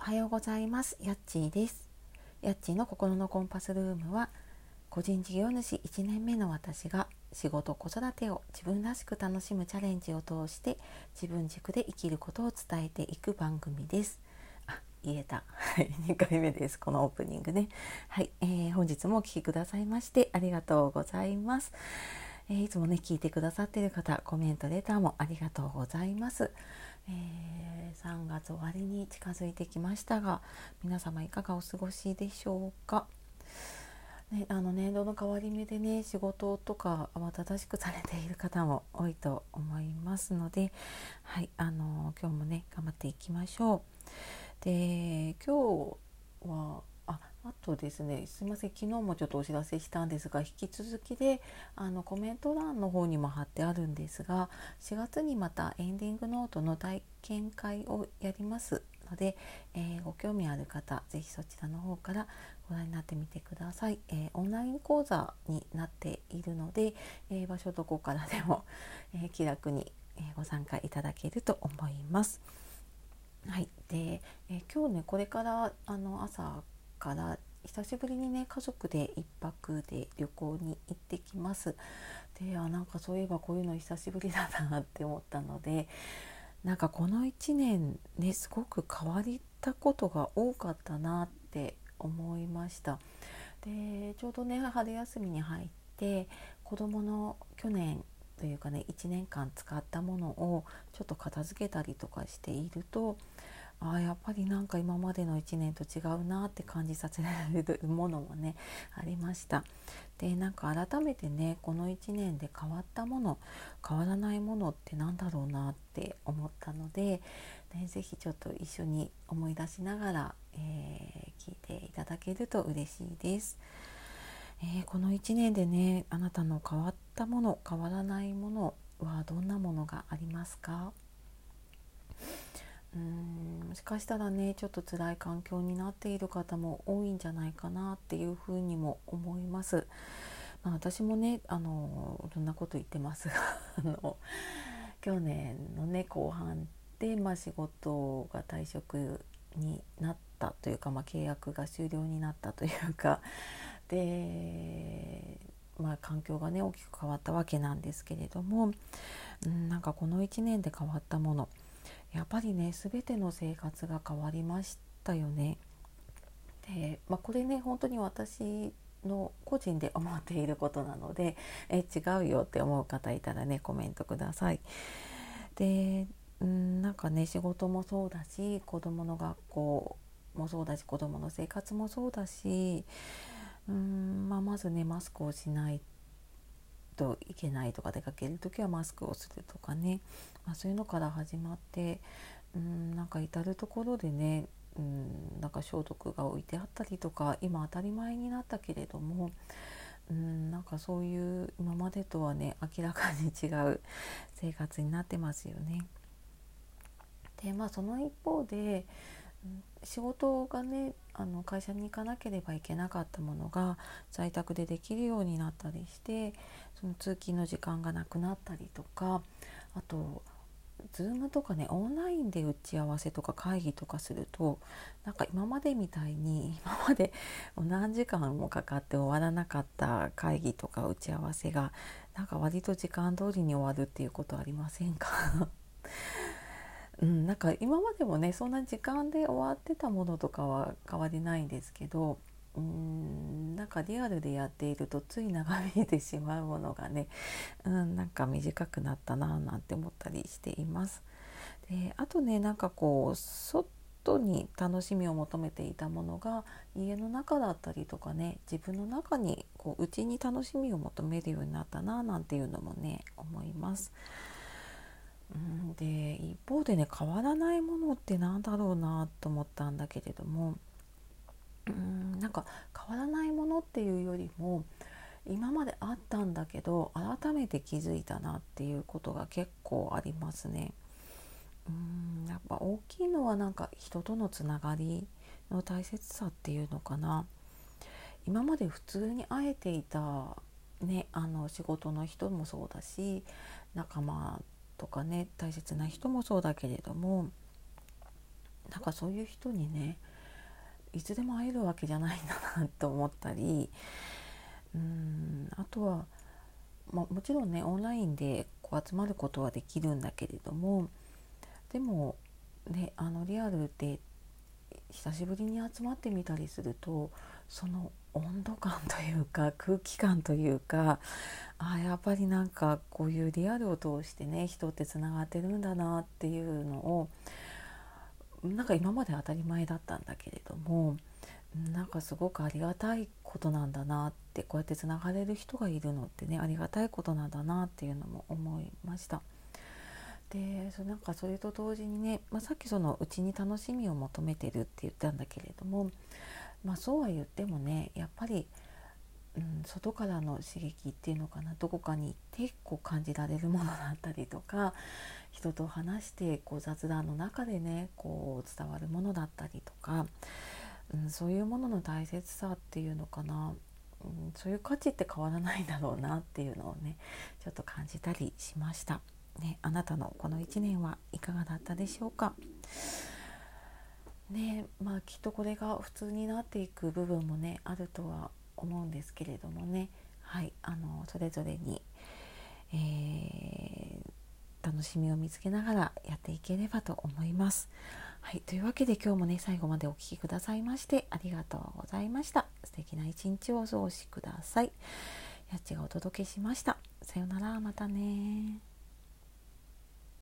はようございます。やっちーです。やっちーの心のコンパスルームは、個人事業主1年目の私が仕事子育てを自分らしく楽しむチャレンジを通して自分軸で生きることを伝えていく番組です。言えた。2回目です。このオープニングね。はい、本日もお聞きくださいましてありがとうございます。いつもね聞いてくださっている方、コメントレターもありがとうございます。3月終わりに近づいてきましたが、皆様いかがお過ごしでしょうか。年度の変わり目でね、仕事とか慌ただしくされている方も多いと思いますので、はい、今日もね頑張っていきましょう。で、今日はあとですね、すいません、昨日もちょっとお知らせしたんですが、引き続きでコメント欄の方にも貼ってあるんですが、4月にまたエンディングノートの体験会をやりますので、ご興味ある方ぜひそちらの方からご覧になってみてください。オンライン講座になっているので、場所どこからでも、気楽に、ご参加いただけると思います。はい、で、今日ねこれから朝から久しぶりにね家族で1泊で旅行に行ってきます。で、なんかそういえばこういうの久しぶりだなって思ったので、なんかこの1年ねすごく変わったことが多かったなって思いました。で、ちょうどね春休みに入って子どもの去年というかね1年間使ったものをちょっと片付けたりとかしていると、やっぱりなんか今までの1年と違うなって感じさせられるものもねありました。で、なんか改めてねこの1年で変わったもの、変わらないものってなんだろうなって思ったので、ぜひちょっと一緒に思い出しながら、聞いていただけると嬉しいです。この1年でねあなたの変わったもの、変わらないものはどんなものがありますか？もしかしたらねちょっと辛い環境になっている方も多いんじゃないかなっていうふうにも思います。私もねどんなこと言ってますが去年のね後半で、仕事が退職になったというか、契約が終了になったというかで、環境がね大きく変わったわけなんですけれども、なんかこの1年で変わったもの、やっぱりね全ての生活が変わりましたよね。で、これね本当に私の個人で思っていることなので、違うよって思う方いたらねコメントください。で、なんかね仕事もそうだし、子どもの学校もそうだし、子どもの生活もそうだし、まずねマスクをしないといけないとか、出かけるときはマスクをするとかね、そういうのから始まって、なんか至る所でね、なんか消毒が置いてあったりとか、今当たり前になったけれども、なんかそういう今までとはね明らかに違う生活になってますよね。で、その一方で、仕事がね会社に行かなければいけなかったものが在宅でできるようになったりして、その通勤の時間がなくなったりとか、あとZoom とかねオンラインで打ち合わせとか会議とかすると、なんか今までみたいに今まで何時間もかかって終わらなかった会議とか打ち合わせがなんか割と時間通りに終わるっていうことありませんか？なんか今までもねそんな時間で終わってたものとかは変わりないんですけど、なんかリアルでやっているとつい長引いてしまうものがね、なんか短くなったななんて思ったりしています。で、あとねなんかこう外に楽しみを求めていたものが家の中だったりとかね、自分の中に内に楽しみを求めるようになったななんていうのもね思います。で、一方でね変わらないものってなんだろうなと思ったんだけれども、なんか変わらないものっていうよりも、今まであったんだけど改めて気づいたなっていうことが結構ありますね。やっぱ大きいのはなんか人とのつながりの大切さっていうのかな。今まで普通に会えていたね、仕事の人もそうだし、仲間とかね大切な人もそうだけれども、 なんかそういう人にねいつでも会えるわけじゃないんだなと思ったり、あとは、もちろんねオンラインでこう集まることはできるんだけれども、でもねリアルで久しぶりに集まってみたりすると、その温度感というか空気感というか、やっぱりなんかこういうリアルを通してね人ってつながってるんだなっていうのを、なんか今まで当たり前だったんだけれども、なんかすごくありがたいことなんだなって、こうやってつながれる人がいるのってねありがたいことなんだなっていうのも思いました。でなんかそれと同時にね、さっきそのうちに楽しみを求めてるって言ったんだけれども、そうは言ってもねやっぱり、外からの刺激っていうのかな、どこかに行ってこう感じられるものだったりとか、人と話してこう雑談の中でねこう伝わるものだったりとか、そういうものの大切さっていうのかな、そういう価値って変わらないんだろうなっていうのをねちょっと感じたりしました。あなたのこの1年はいかがだったでしょうか。きっとこれが普通になっていく部分もねあるとは思うんですけれどもね、それぞれに、楽しみを見つけながらやっていければと思います。というわけで今日もね最後までお聞きくださいましてありがとうございました。素敵な一日をお過ごしください。やっちがお届けしました。さようなら、またね。